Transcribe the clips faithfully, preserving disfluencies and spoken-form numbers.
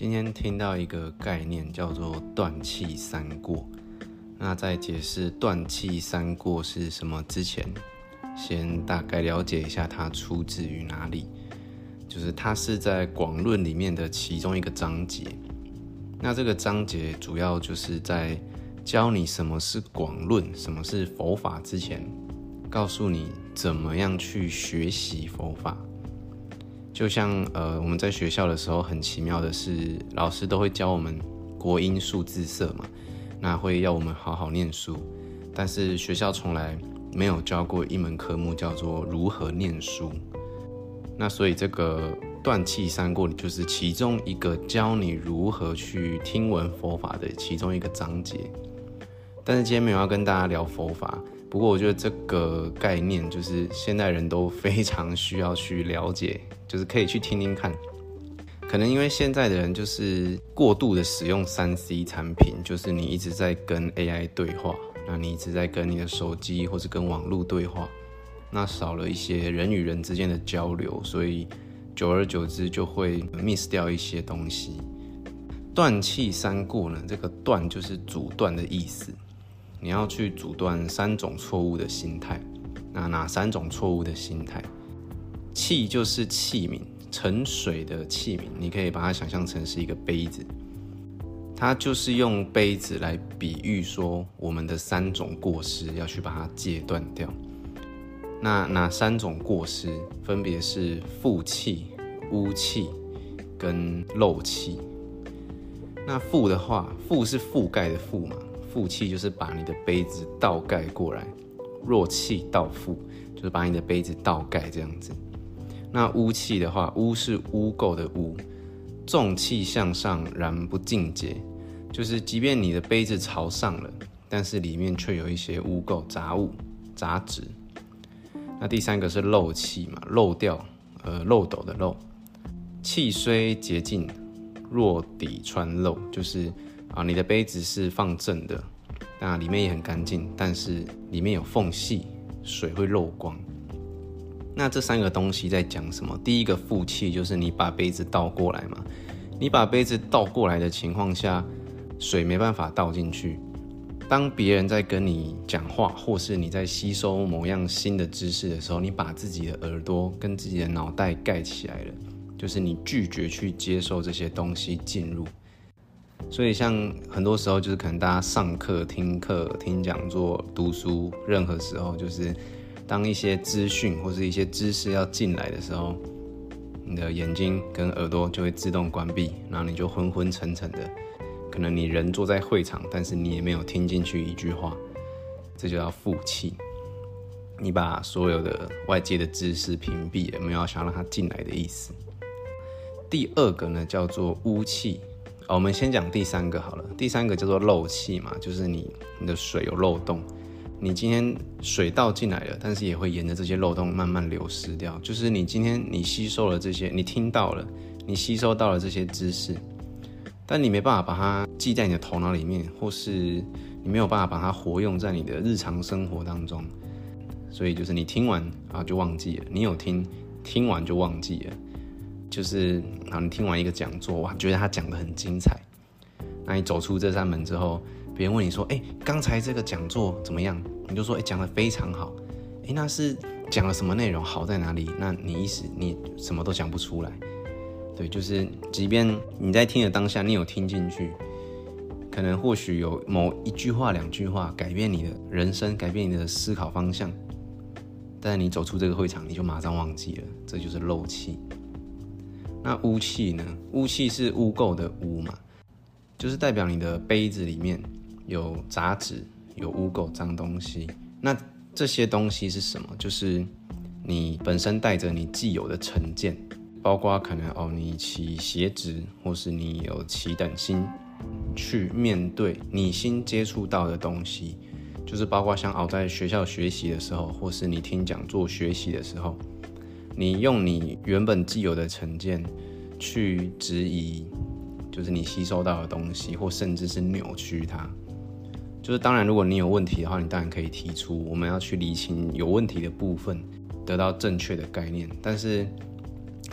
今天听到一个概念叫做断气三过。那在解释断气三过是什么之前，先大概了解一下它出自于哪里。就是它是在广论里面的其中一个章节。那这个章节主要就是在教你什么是广论，什么是佛法之前，告诉你怎么样去学习佛法。就像呃我们在学校的时候，很奇妙的是，老师都会教我们国音数字社嘛，那会要我们好好念书，但是学校从来没有教过一门科目叫做如何念书。那所以这个断气三过就是其中一个教你如何去听闻佛法的其中一个章节。但是今天没有要跟大家聊佛法，不过我觉得这个概念就是现代人都非常需要去了解，就是可以去听听看。可能因为现在的人就是过度的使用 三 C 产品，就是你一直在跟 A I 对话，那你一直在跟你的手机或是跟网络对话，那少了一些人与人之间的交流，所以久而久之就会 miss 掉一些东西。断气三过呢，这个断就是阻断的意思，你要去阻断三种错误的心态。那哪三种错误的心态？气就是器皿，盛水的器皿，你可以把它想象成是一个杯子，它就是用杯子来比喻说我们的三种过失要去把它戒断掉。那哪三种过失？分别是覆气、污气跟漏气。那覆的话，覆是覆盖的覆嘛，覆气就是把你的杯子倒盖过来，若气倒覆就是把你的杯子倒盖这样子。那污气的话，污是污垢的污，重气向上然不净洁，就是即便你的杯子朝上了，但是里面却有一些污垢、杂物、杂质。那第三个是漏气嘛，漏掉，呃，漏斗的漏。气虽洁净，若底穿漏，就是啊，你的杯子是放正的，那里面也很干净，但是里面有缝隙，水会漏光。那这三个东西在讲什么？第一个覆气就是你把杯子倒过来嘛，你把杯子倒过来的情况下，水没办法倒进去。当别人在跟你讲话，或是你在吸收某样新的知识的时候，你把自己的耳朵跟自己的脑袋盖起来了，就是你拒绝去接受这些东西进入。所以像很多时候就是可能大家上课、听课、听讲座、读书，任何时候就是当一些资讯或是一些知识要进来的时候，你的眼睛跟耳朵就会自动关闭，然后你就昏昏沉沉的。可能你人坐在会场，但是你也没有听进去一句话，这就叫覆气。你把所有的外界的知识屏蔽了，没有想让它进来的意思。第二个呢叫做污气。哦，我们先讲第三个好了。第三个叫做漏气嘛，就是你你的水有漏洞，你今天水倒进来了，但是也会沿着这些漏洞慢慢流失掉。就是你今天你吸收了这些，你听到了，你吸收到了这些知识，但你没办法把它记在你的头脑里面，或是你没有办法把它活用在你的日常生活当中，所以就是你听完啊就忘记了，你有听，听完就忘记了。就是啊，你听完一个讲座，哇，觉得他讲得很精彩，那你走出这扇门之后，别人问你说，哎、欸，刚才这个讲座怎么样？你就说，哎、欸，讲得非常好。哎、欸，那是讲了什么内容？好在哪里？那你一时你什么都讲不出来。对，就是即便你在听的当下，你有听进去，可能或许有某一句话、两句话改变你的人生，改变你的思考方向，但是你走出这个会场，你就马上忘记了，这就是漏气。那污气呢？污气是污垢的污嘛，就是代表你的杯子里面有杂质、有污垢、脏东西。那这些东西是什么？就是你本身带着你既有的成见。包括可能哦，你起邪执，或是你有起等心，去面对你新接触到的东西，就是包括像哦，在学校学习的时候，或是你听讲座学习的时候，你用你原本既有的成见去质疑，就是你吸收到的东西，或甚至是扭曲它。就是当然，如果你有问题的话，你当然可以提出，我们要去厘清有问题的部分，得到正确的概念，但是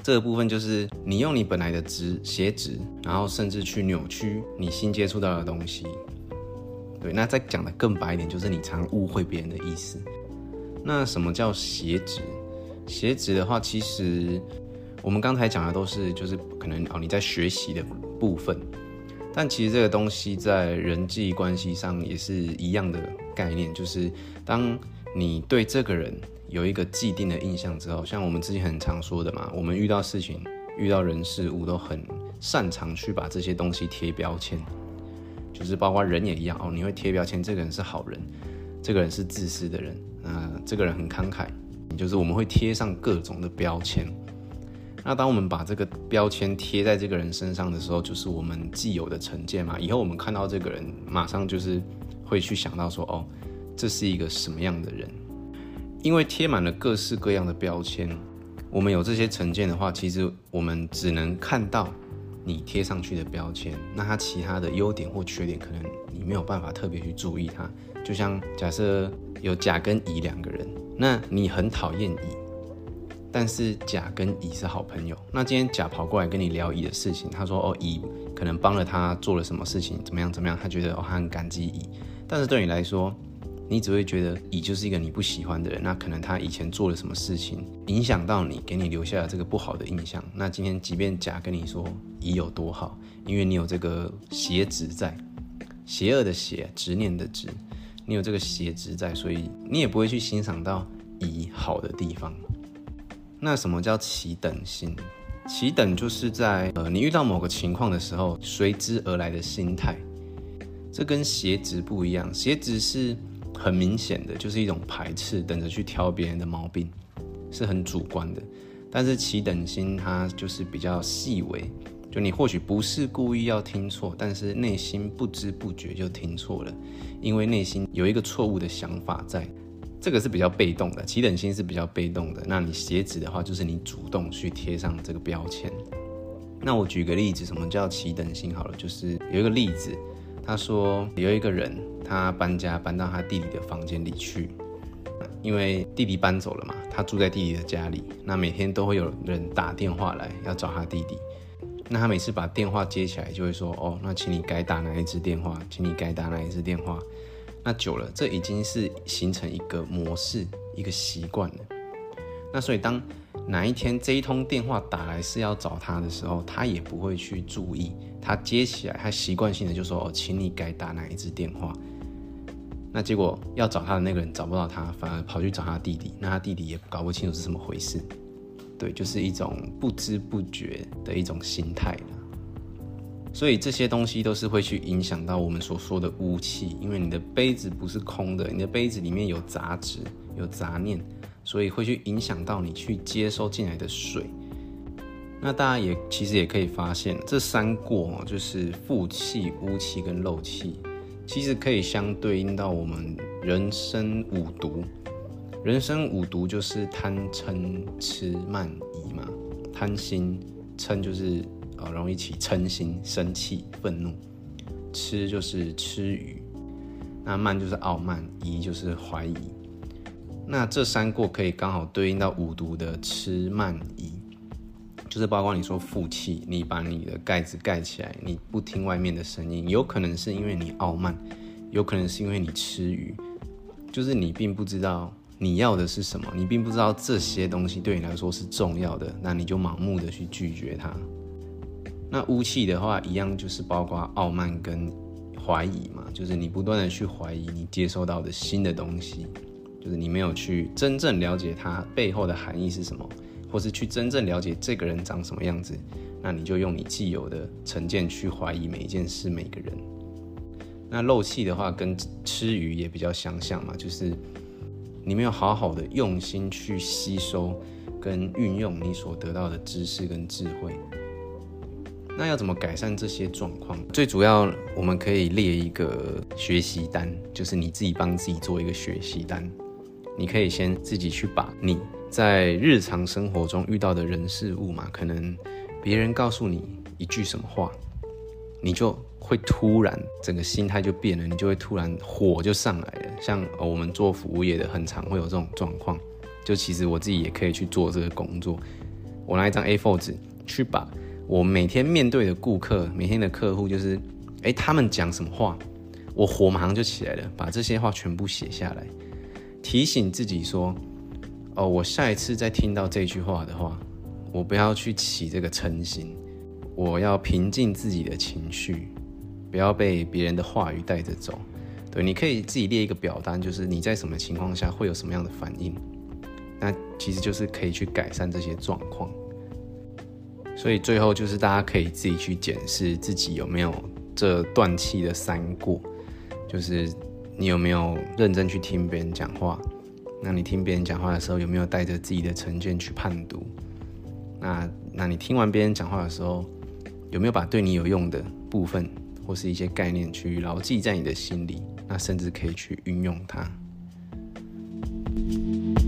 这个部分就是你用你本来的值写值，然后甚至去扭曲你新接触到的东西。对，那再讲的更白一点，就是你常误会别人的意思。那什么叫写值？写值的话，其实我们刚才讲的都是就是可能哦你在学习的部分，但其实这个东西在人际关系上也是一样的概念，就是当你对这个人有一个既定的印象之后，像我们之前很常说的嘛，我们遇到事情、遇到人事物都很擅长去把这些东西贴标签，就是包括人也一样哦，你会贴标签，这个人是好人，这个人是自私的人，呃，这个人很慷慨，就是我们会贴上各种的标签。那当我们把这个标签贴在这个人身上的时候，就是我们既有的成见嘛。以后我们看到这个人，马上就是会去想到说，哦，这是一个什么样的人？因为贴满了各式各样的标签，我们有这些成见的话，其实我们只能看到你贴上去的标签，那他其他的优点或缺点，可能你没有办法特别去注意它。就像假设有甲跟乙两个人，那你很讨厌乙，但是甲跟乙是好朋友。那今天甲跑过来跟你聊乙的事情，他说哦，乙可能帮了他做了什么事情，怎么样怎么样，他觉得哦他很感激乙。但是对你来说，你只会觉得乙就是一个你不喜欢的人，那可能他以前做了什么事情影响到你，给你留下了这个不好的印象。那今天即便甲跟你说乙有多好，因为你有这个邪执在，邪恶的邪，执念的执，你有这个邪执在，所以你也不会去欣赏到乙好的地方。那什么叫起等心？起等就是在呃你遇到某个情况的时候，随之而来的心态。这跟邪执不一样，邪执是很明显的，就是一种排斥，等着去挑别人的毛病，是很主观的。但是起等心它就是比较细微，就你或许不是故意要听错，但是内心不知不觉就听错了，因为内心有一个错误的想法在。这个是比较被动的，起等心是比较被动的。那你邪执的话，就是你主动去贴上这个标签。那我举个例子，什么叫起等心好了，就是有一个例子，他说有一个人他搬家搬到他弟弟的房间里去，因为弟弟搬走了嘛，他住在弟弟的家里，那每天都会有人打电话来要找他弟弟。那他每次把电话接起来就会说，哦，那请你改打哪一支电话，请你改打哪一支电话。那久了，这已经是形成一个模式，一个习惯了。那所以当哪一天这一通电话打来是要找他的时候，他也不会去注意，他接起来，他习惯性的就说，哦，请你改打哪一支电话。那结果要找他的那个人找不到他，反而跑去找他弟弟，那他弟弟也搞不清楚是怎么回事。对，就是一种不知不觉的一种心态啦。所以这些东西都是会去影响到我们所说的污气，因为你的杯子不是空的，你的杯子里面有杂质、有杂念，所以会去影响到你去接收进来的水。那大家也其实也可以发现，这三过就是负气、污气跟漏气，其实可以相对应到我们人生五毒。人生五毒就是贪嗔痴慢疑嘛，贪心，嗔就是呃容易起嗔心、生气、愤怒；痴就是痴愚，那慢就是傲慢，疑就是怀疑。那这三过可以刚好对应到五毒的痴慢疑，就是包括你说负气，你把你的盖子盖起来，你不听外面的声音，有可能是因为你傲慢，有可能是因为你痴愚，就是你并不知道你要的是什么，你并不知道这些东西对你来说是重要的，那你就盲目的去拒绝它。那污气的话，一样就是包括傲慢跟怀疑嘛，就是你不断的去怀疑你接收到的新的东西，就是你没有去真正了解它背后的含义是什么，或是去真正了解这个人长什么样子，那你就用你既有的成见去怀疑每一件事、每个人。那漏气的话，跟痴愚也比较相像嘛，就是你没有好好的用心去吸收跟运用你所得到的知识跟智慧。那要怎么改善这些状况？最主要我们可以列一个学习单，就是你自己帮自己做一个学习单。你可以先自己去把你在日常生活中遇到的人事物嘛，可能别人告诉你一句什么话，你就会突然整个心态就变了，你就会突然火就上来了。像我们做服务业的很常会有这种状况，就其实我自己也可以去做这个工作， 我拿一张 A 四 纸去把我每天面对的顾客、每天的客户，就是，哎，他们讲什么话，我火马上就起来了，把这些话全部写下来，提醒自己说，哦，我下一次再听到这句话的话，我不要去起这个嗔心，我要平静自己的情绪，不要被别人的话语带着走。对，你可以自己列一个表单，就是你在什么情况下会有什么样的反应，那其实就是可以去改善这些状况。所以最后就是大家可以自己去检视自己有没有这断气的三过，就是你有没有认真去听别人讲话，那你听别人讲话的时候有没有带着自己的成见去判读，那那你听完别人讲话的时候有没有把对你有用的部分或是一些概念去牢记在你的心里，那甚至可以去运用它。